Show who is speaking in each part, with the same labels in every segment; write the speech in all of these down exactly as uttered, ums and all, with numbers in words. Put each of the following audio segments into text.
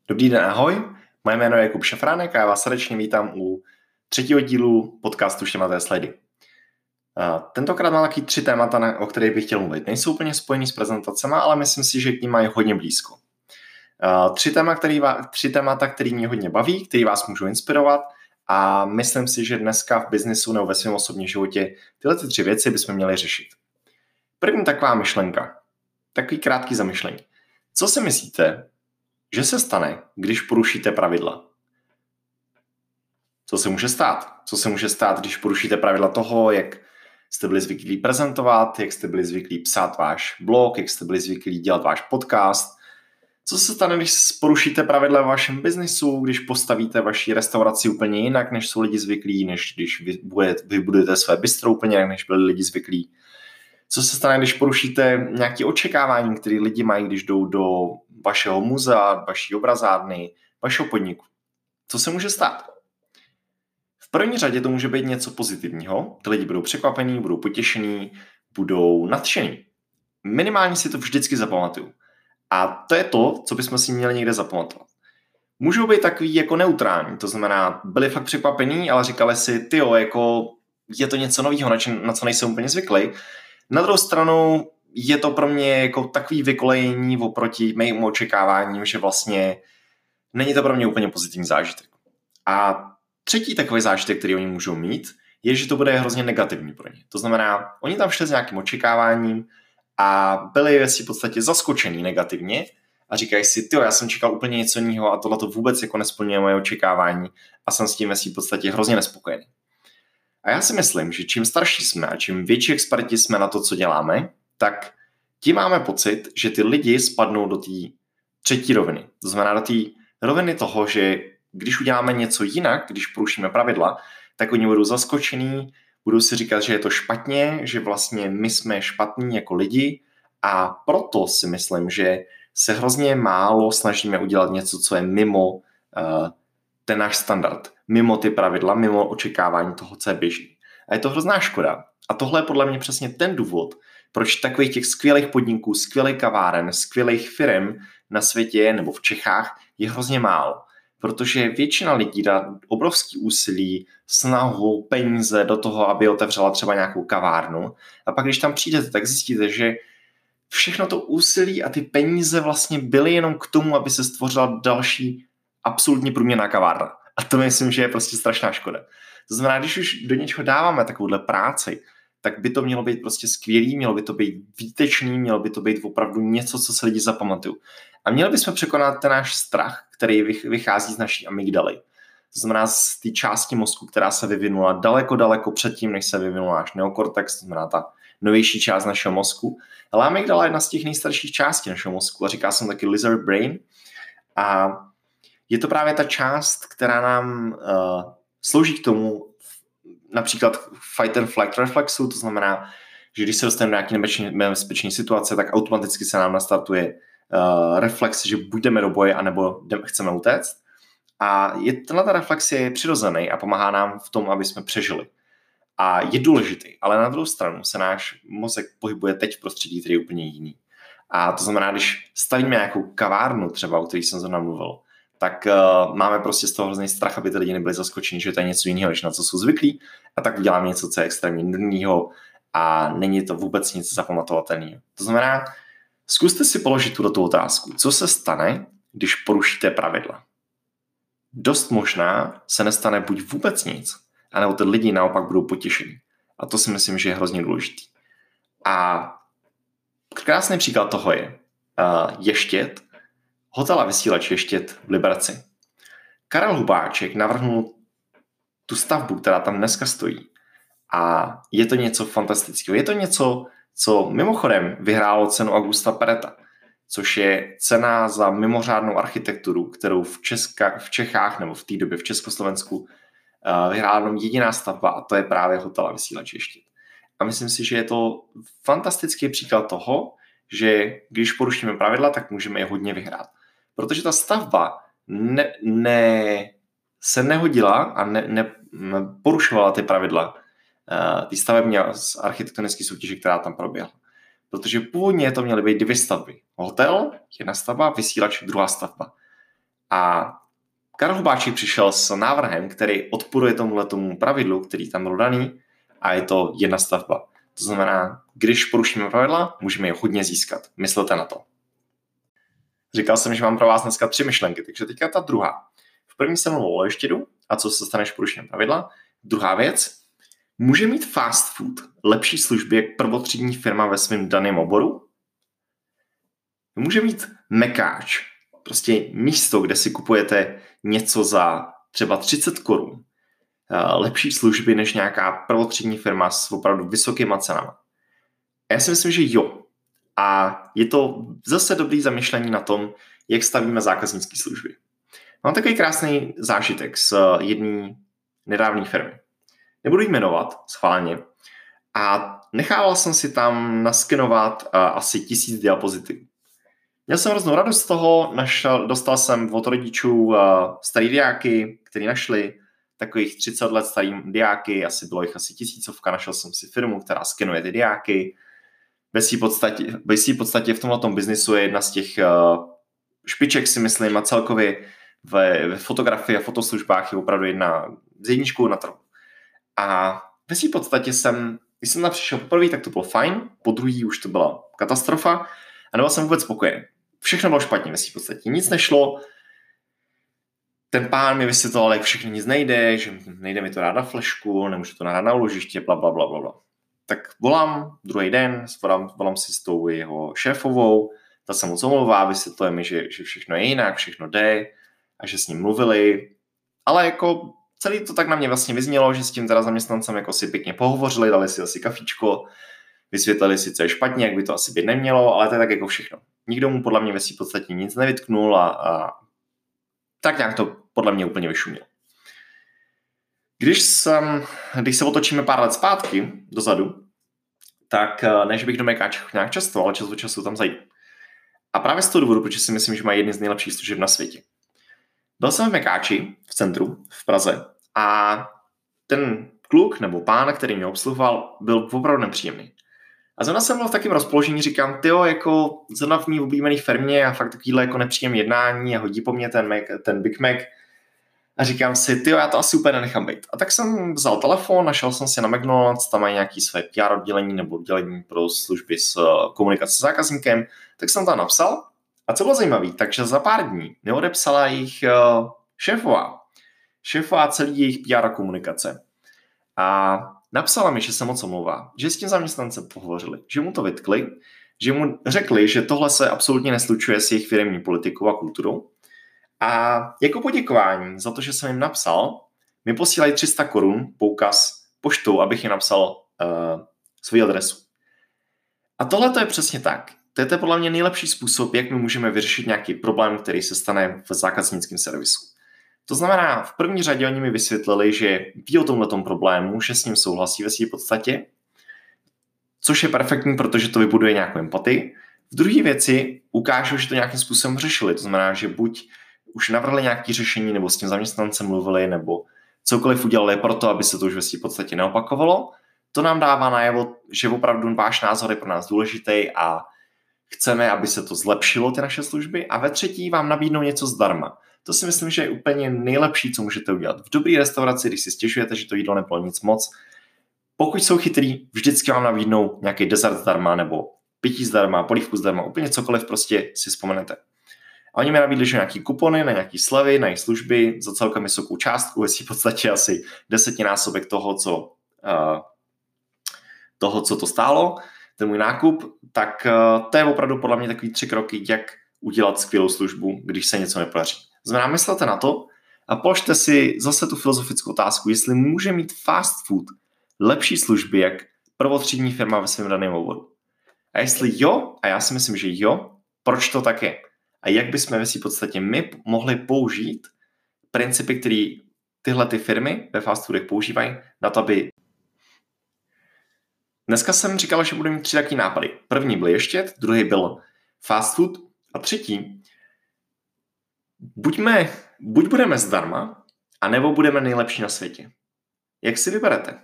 Speaker 1: Dobrý den, ahoj. Moje jméno je Jakub Šafránek a já vás srdečně vítám u třetího dílu podcastu Štěmaté slidy. Tentokrát mám taky tři témata, o kterých bych chtěl mluvit. Nejsou úplně spojený s prezentacemi, ale myslím si, že k ním mají hodně blízko. Tři, téma, který, tři témata, které mě hodně baví, které vás můžou inspirovat a myslím si, že dneska v biznesu nebo ve svém osobním životě tyhle ty tři věci bychom měli řešit. První taková myšlenka, takový krátký zamyšlení. Co si myslíte, že se stane, když porušíte pravidla? Co se může stát? Co se může stát, když porušíte pravidla toho, jak jste byli zvyklí prezentovat, jak jste byli zvyklí psát váš blog, jak jste byli zvyklí dělat váš podcast? Co se stane, když porušíte pravidla v vašem biznisu, když postavíte vaši restauraci úplně jinak, než jsou lidi zvyklí, než když vy budete, vybudujete své bistro úplně jinak, než byli lidi zvyklí? Co se stane, když porušíte nějaké očekávání, které lidi mají, když jdou do vašeho muzea, vaší obrazárny, vašeho podniku? Co se může stát? V první řadě to může být něco pozitivního. Ty lidi budou překvapení, budou potěšení, budou nadšení. Minimálně si to vždycky zapamatuju. A to je to, co bychom si měli někde zapamatovat. Můžou být takový jako neutrální, to znamená, byli fakt překvapení, ale říkali si, tyjo, jako je to něco nového, na, na co nejsem úplně zvyklý. Na druhou stranu je to pro mě jako takový vykolejení oproti mým očekáváním, že vlastně není to pro mě úplně pozitivní zážitek. A třetí takový zážitek, který oni můžou mít, je, že to bude hrozně negativní pro ně. To znamená, oni tam šli s nějakým očekáváním a byli ve v podstatě zaskočený negativně a říkají si, tyjo, já jsem čekal úplně něco jiného a tohle to vůbec jako nesplňuje moje očekávání a jsem s tím ve v podstatě hrozně nespokojený. A já si myslím, že čím starší jsme a čím větší experti jsme na to, co děláme, tak tím máme pocit, že ty lidi spadnou do té třetí roviny. To znamená do té roviny toho, že když uděláme něco jinak, když porušíme pravidla, tak oni budou zaskočení, budou si říkat, že je to špatně, že vlastně my jsme špatní jako lidi a proto si myslím, že se hrozně málo snažíme udělat něco, co je mimo uh, ten náš standard, mimo ty pravidla, mimo očekávání toho, co je běží. A je to hrozná škoda. A tohle je podle mě přesně ten důvod, proč takových těch skvělých podniků, skvělých kaváren, skvělých firm na světě nebo v Čechách je hrozně málo. Protože většina lidí dá obrovský úsilí, snahu, peníze do toho, aby otevřela třeba nějakou kavárnu. A pak, když tam přijdete, tak zjistíte, že všechno to úsilí a ty peníze vlastně byly jenom k tomu, aby se stvořila další absolutně průměrná kavárna. A to myslím, že je prostě strašná škoda. To znamená, když už do něčeho dáváme takovouhle práci, tak by to mělo být prostě skvělý, mělo by to být výtečný, mělo by to být opravdu něco, co se lidi zapamatují. A měli bychom překonat ten náš strach, který vychází z naší amygdaly. To znamená z té části mozku, která se vyvinula daleko, daleko předtím, než se vyvinul náš neokortex, to znamená ta novější část našeho mozku. Ale amygdala je jedna z těch nejstarších částí našeho mozku a říká jsem taky lizard brain. A je to právě ta část, která nám uh, slouží k tomu, například fight and flight reflexu, to znamená, že když se dostaneme do nějaké nebezpečné situace, tak automaticky se nám nastartuje uh, reflex, že budeme do boje, anebo chceme utéct. A je, tenhle reflex je přirozený a pomáhá nám v tom, aby jsme přežili. A je důležitý, ale na druhou stranu se náš mozek pohybuje teď v prostředí, který je úplně jiný. A to znamená, když stavíme nějakou kavárnu, třeba o které jsem zrovna mluvil, tak uh, máme prostě z toho hrozný strach, aby ty lidi nebyli zaskočeni, že to je něco jiného, než na co jsou zvyklí, a tak uděláme něco, co je extrémně nudného a není to vůbec nic zapamatovatelného. To znamená, zkuste si položit tuto otázku. Co se stane, když porušíte pravidla? Dost možná se nestane buď vůbec nic, anebo ty lidi naopak budou potěšení. A to si myslím, že je hrozně důležitý. A krásný příklad toho je uh, Ještěd, hotel a vysílač Ještěd v Liberci. Karel Hubáček navrhnul tu stavbu, která tam dneska stojí. A je to něco fantastického. Je to něco, co mimochodem vyhrálo cenu Augusta Pereta, což je cena za mimořádnou architekturu, kterou v, Česka, v Čechách nebo v té době v Československu uh, vyhrála jenom jediná stavba, a to je právě hotel a vysílač Ještěd. A myslím si, že je to fantastický příklad toho, že když porušíme pravidla, tak můžeme je hodně vyhrát. Protože ta stavba ne, ne, se nehodila a ne, ne, porušovala ty pravidla, uh, ty stavební a architektonické soutěže, která tam proběhla. Protože původně to měly být dvě stavby. Hotel, jedna stavba, vysílač, druhá stavba. A Karel Hubáček přišel s návrhem, který odporuje tomuhle tomu pravidlu, který tam byl daný, a je to jedna stavba. To znamená, když porušíme pravidla, můžeme je hodně získat. Myslete na to. Říkal jsem, že mám pro vás dneska tři myšlenky, takže teďka ta druhá. V první jsem mluvil o leštědu a co se stane, když porušíme pravidla. Druhá věc, může mít fast food lepší služby jak prvotřídní firma ve svém daném oboru? Může mít mekáč, prostě místo, kde si kupujete něco za třeba třicet korun, lepší služby než nějaká prvotřídní firma s opravdu vysokýma cenama. A já si myslím, že jo. A je to zase dobrý zamyšlení na tom, jak stavíme zákaznické služby. Mám takový krásný zážitek z jedné nedávné firmy. Nebudu jmenovat schválně. A nechával jsem si tam naskenovat asi tisíc diapozitivů. Měl jsem hroznou radost z toho, našel, dostal jsem od rodičů uh, starý diáky, který našli takových třicet let starý diáky, asi bylo jich asi tisícovka, našel jsem si firmu, která skenuje ty diáky. Ve své podstatě, ve své podstatě v tomhletom biznisu je jedna z těch uh, špiček, si myslím, a celkově ve, ve fotografii a fotoslužbách je opravdu jedna z jedničkou na trhu. A ve své podstatě jsem, když jsem tam přišel poprvé, tak to bylo fajn, po druhý už to byla katastrofa a nebyl jsem vůbec spokojený. Všechno bylo špatně ve své podstatě, nic nešlo. Ten pán mi vysvětloval, jak všechno nic nejde, že nejde mi to dát na flešku, nemůžu to dát na úložiště, bla, bla, bla, bla, bla. Tak volám druhý den, volám, volám si s tou jeho šéfovou, ta se moc omlouvá, vysvětluje mi, že, že všechno je jinak, všechno jde a že s ním mluvili. Ale jako celý to tak na mě vlastně vyznělo, že s tím teda zaměstnancem jako si pěkně pohovořili, dali si asi kafičko, vysvětlili si, co je špatně, jak by to asi být nemělo, ale to je tak jako všechno. Nikdo mu podle mě ve svý podstatě nic nevytknul a, a tak nějak to podle mě úplně vyšumělo. Když, jsem, když se otočíme pár let zpátky dozadu, tak ne, že bych do Mekáček nějak často, ale čas od času tam zajdu. A právě z toho důvodu, protože si myslím, že mají jedny z nejlepších služeb na světě. Byl jsem v Mekáči, v centru, v Praze, a ten kluk nebo pán, který mě obsluhoval, byl opravdu nepříjemný. A zrovna jsem byl v takém rozpoložení, říkám, tyjo, jako zrovna v mý oblíbené firmě a fakt takovýhle jako nepříjemný jednání a hodí po mně ten, Mac, ten Big Mac. A říkám si, tyjo, já to asi úplně nenechám být. A tak jsem vzal telefon, našel jsem si na McDonald's, tam mají nějaký své P R oddělení nebo oddělení pro služby s komunikací s zákazníkem, tak jsem tam napsal. A co bylo zajímavé, takže za pár dní neodepsala jejich šéfová. Šéfová celý jejich P R komunikace. A napsala mi, že se moc omlouvá, že s tím zaměstnancem pohovořili, že mu to vytkli, že mu řekli, že tohle se absolutně neslučuje s jejich firemní politikou a kulturou. A jako poděkování za to, že jsem jim napsal, mi posílají tři sta korun poukaz poštou, abych jim napsal uh, svou adresu. A tohle to je přesně tak. To je to podle mě nejlepší způsob, jak my můžeme vyřešit nějaký problém, který se stane v zákaznickém servisu. To znamená, v první řadě oni mi vysvětlili, že ví o tomhletom problému, že s ním souhlasí ve své podstatě, což je perfektní, protože to vybuduje nějakou empatii. V druhé věci ukážu, že to nějakým způsobem řešili. To znamená, že buď už navrhli nějaké řešení, nebo s tím zaměstnancem mluvili, nebo cokoliv udělali pro to, aby se to už ve své podstatě neopakovalo. To nám dává najevo, že opravdu váš názor je pro nás důležitý a chceme, aby se to zlepšilo, ty naše služby. A ve třetí vám nabídnou něco zdarma. To si myslím, že je úplně nejlepší, co můžete udělat. V dobré restauraci, když si stěžujete, že to jídlo nebylo nic moc, pokud jsou chytrý, vždycky vám nabídnou nějaký dezert zdarma nebo pití zdarma, polívku zdarma, úplně cokoliv prostě si vzpomenete. A oni mi nabídli, že nějaký kupony na nějaký slevy, na jejich služby za celkem vysokou částku, jestli v podstatě asi desetinásobek toho, co, uh, toho, co to stálo, ten můj nákup, tak uh, to je opravdu podle mě takový tři kroky, jak udělat skvělou službu, když se něco nepodaří. Znamená, myslete na to a položte si zase tu filozofickou otázku, jestli může mít fast food lepší služby, jak prvotřídní firma ve svém daném oboru. A jestli jo, a já si myslím, že jo, proč to tak je? A jak bychom ve svým podstatě my mohli použít principy, které tyhle ty firmy ve fast foodech používají na to, aby... Dneska jsem říkal, že budu mít tři takové nápady. První byl ještět, druhý byl fast food a třetí buďme, buď budeme zdarma, anebo budeme nejlepší na světě. Jak si vyberete?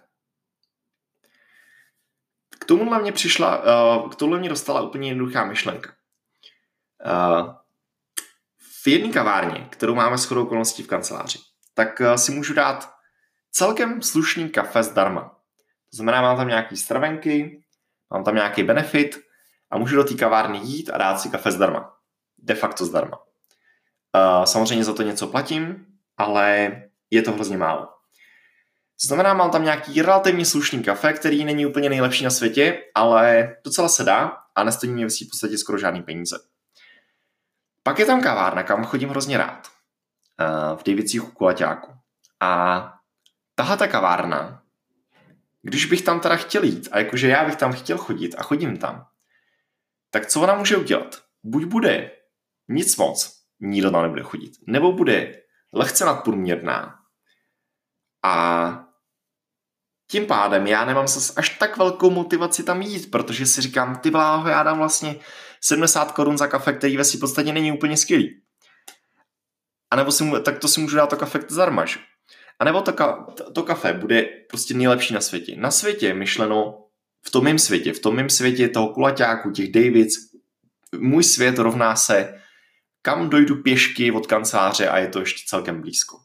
Speaker 1: K tomuhle mě přišla, uh, k tomuhle mě dostala úplně jednoduchá myšlenka. Uh, v jedné kavárně, kterou máme shodou okolností v kanceláři, tak si můžu dát celkem slušný kafe zdarma. To znamená, mám tam nějaký stravenky, mám tam nějaký benefit a můžu do té kavárny jít a dát si kafe zdarma. De facto zdarma. Samozřejmě za to něco platím, ale je to hrozně málo. To znamená, mám tam nějaký relativně slušný kafe, který není úplně nejlepší na světě, ale docela se dá a nestojí mě v podstatě skoro žádný peníze. Pak je tam kavárna, kam chodím hrozně rád. V Davicích u Kulaťáku. A tahle ta kavárna, když bych tam teda chtěl jít, a jakože já bych tam chtěl chodit a chodím tam, tak co ona může udělat? Buď bude nic moc, nikdo tam nebude chodit, nebo bude lehce nadprůměrná a tím pádem já nemám zase až tak velkou motivaci tam jít, protože si říkám, ty bláho, já dám vlastně sedmdesát korun za kafe, který ve si podstatě není úplně skvělý. A nebo si, tak to si můžu dát to kafe zdarma. A nebo to, to, to kafe bude prostě nejlepší na světě. Na světě, myšleno v tom mém světě, v tom mém světě toho Kulaťáku, těch Davids, můj svět rovná se, kam dojdu pěšky od kanceláře a je to ještě celkem blízko.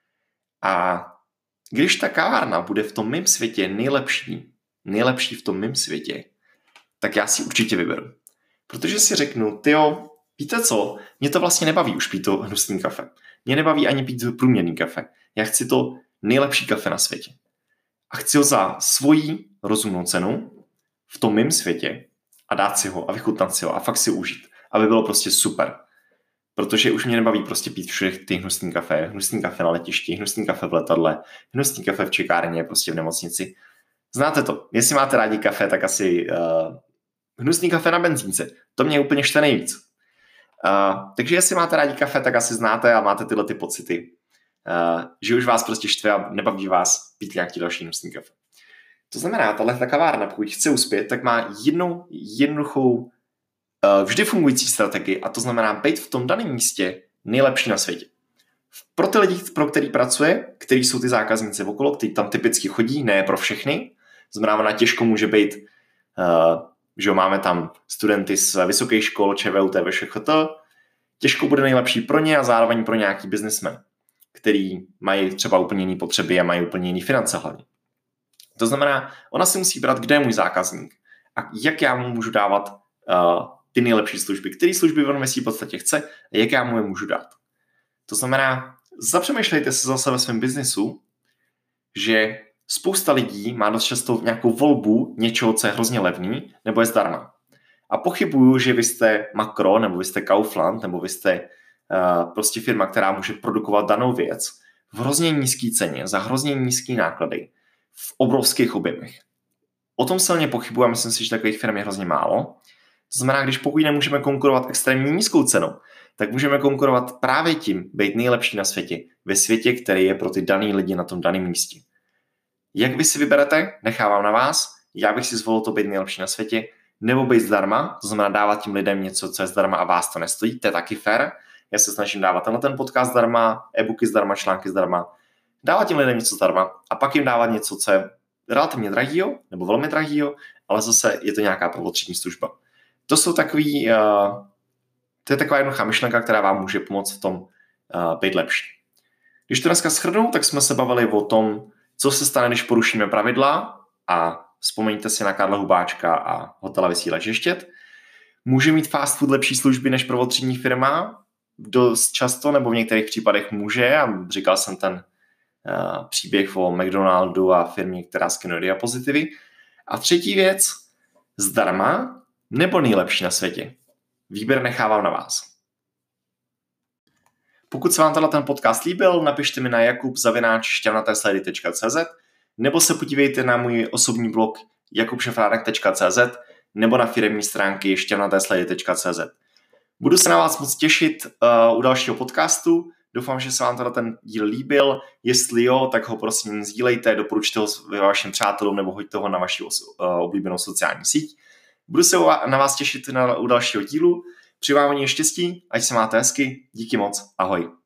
Speaker 1: A když ta kavárna bude v tom mém světě nejlepší, nejlepší v tom mém světě, tak já si určitě vyberu. Protože si řeknu, tyjo, víte co, mě to vlastně nebaví už pít to hnusný kafe. Mě nebaví ani pít průměrný kafe. Já chci to nejlepší kafe na světě. A chci ho za svoji rozumnou cenu v tom mém světě a dát si ho a vychutnat si ho a fakt si užít. Aby bylo prostě super. Protože už mě nebaví prostě pít všude ty hnusný kafe, hnusný kafe na letišti, hnusný kafe v letadle, hnusný kafe v čekárně, prostě v nemocnici. Znáte to. Jestli máte rádi kafe, tak asi uh, hnusný kafe na benzínce. To mě úplně štve nejvíc. Uh, takže jestli máte rádi kafe, tak asi znáte a máte tyhle ty pocity. Uh, že už vás prostě štve a nebaví vás pít nějaký další hnusný kafe. To znamená, tahle ta kavárna, pokud chce uspět, tak má jednu jednoduchou vždy fungující strategii a to znamená být v tom daném místě nejlepší na světě. Pro ty lidi, pro který pracuje, který jsou ty zákazníci okolo, kteří tam typicky chodí, ne pro všechny, znamená, těžko může být, uh, že máme tam studenty z vysoké škol, ČVUT, VŠCHT, těžko bude nejlepší pro ně a zároveň pro nějaký businessmen, který mají třeba úplně jiné potřeby a mají úplně jiné finance hlavně. To znamená, ona si musí brát, kde je můj zákazník a jak já mu můžu dávat uh, ty nejlepší služby, které služby on v podstatě chce a jak já mu je můžu dát. To znamená, zapřemýšlejte se zase ve svém biznesu, že spousta lidí má dost často nějakou volbu něčeho, co je hrozně levný, nebo je zdarma. A pochybuju, že vy jste Makro, nebo vy jste Kaufland, nebo vy jste uh, prostě firma, která může produkovat danou věc v hrozně nízké ceně, za hrozně nízké náklady, v obrovských objemech. O tom silně pochybuji a myslím si, že takových firm je hrozně málo. To znamená, když pokud nemůžeme konkurovat extrémně nízkou cenou, tak můžeme konkurovat právě tím, být nejlepší na světě, ve světě, který je pro ty daný lidi na tom daném místě. Jak vy si vyberete, nechávám na vás. Já bych si zvolil to být nejlepší na světě, nebo být zdarma, to znamená dávat tím lidem něco, co je zdarma a vás to nestojí, to je taky fair. Já se snažím dávat tenhle ten podcast zdarma, e-booky zdarma, články zdarma, dávat tím lidem něco zdarma a pak jim dávat něco, co je relativně drahýho, nebo velmi drahýho, ale zase je to nějaká prvotřídní služba. To jsou takový, uh, to je taková jednoduchá myšlenka, která vám může pomoct v tom uh, být lepší. Když to dneska shrnu, tak jsme se bavili o tom, co se stane, když porušíme pravidla a vzpomeňte si na Karla Hubáčka a hotela Vysílač Ještěd. Může mít fast food lepší služby než prvotřídní firma? Dost často, nebo v některých případech může. A říkal jsem ten uh, příběh o McDonaldu a firmě, která skenuje diapozitivy. A třetí věc, zdarma nebo nejlepší na světě. Výběr nechávám na vás. Pokud se vám tenhle ten podcast líbil, napište mi na jakub zavináč šťavnatéslidy tečka cé zet nebo se podívejte na můj osobní blog jakub šafránek tečka cé zet nebo na firemní stránky šťavnatéslidy tečka cé zet. Budu se na vás moc těšit uh, u dalšího podcastu. Doufám, že se vám teda ten díl líbil. Jestli jo, tak ho prosím sdílejte, doporučte ho vašim přátelům nebo hoďte ho na vaši uh, oblíbenou sociální síť. Budu se na vás těšit na, u dalšího dílu. Přeji vám hodně štěstí, ať se máte hezky. Díky moc. Ahoj.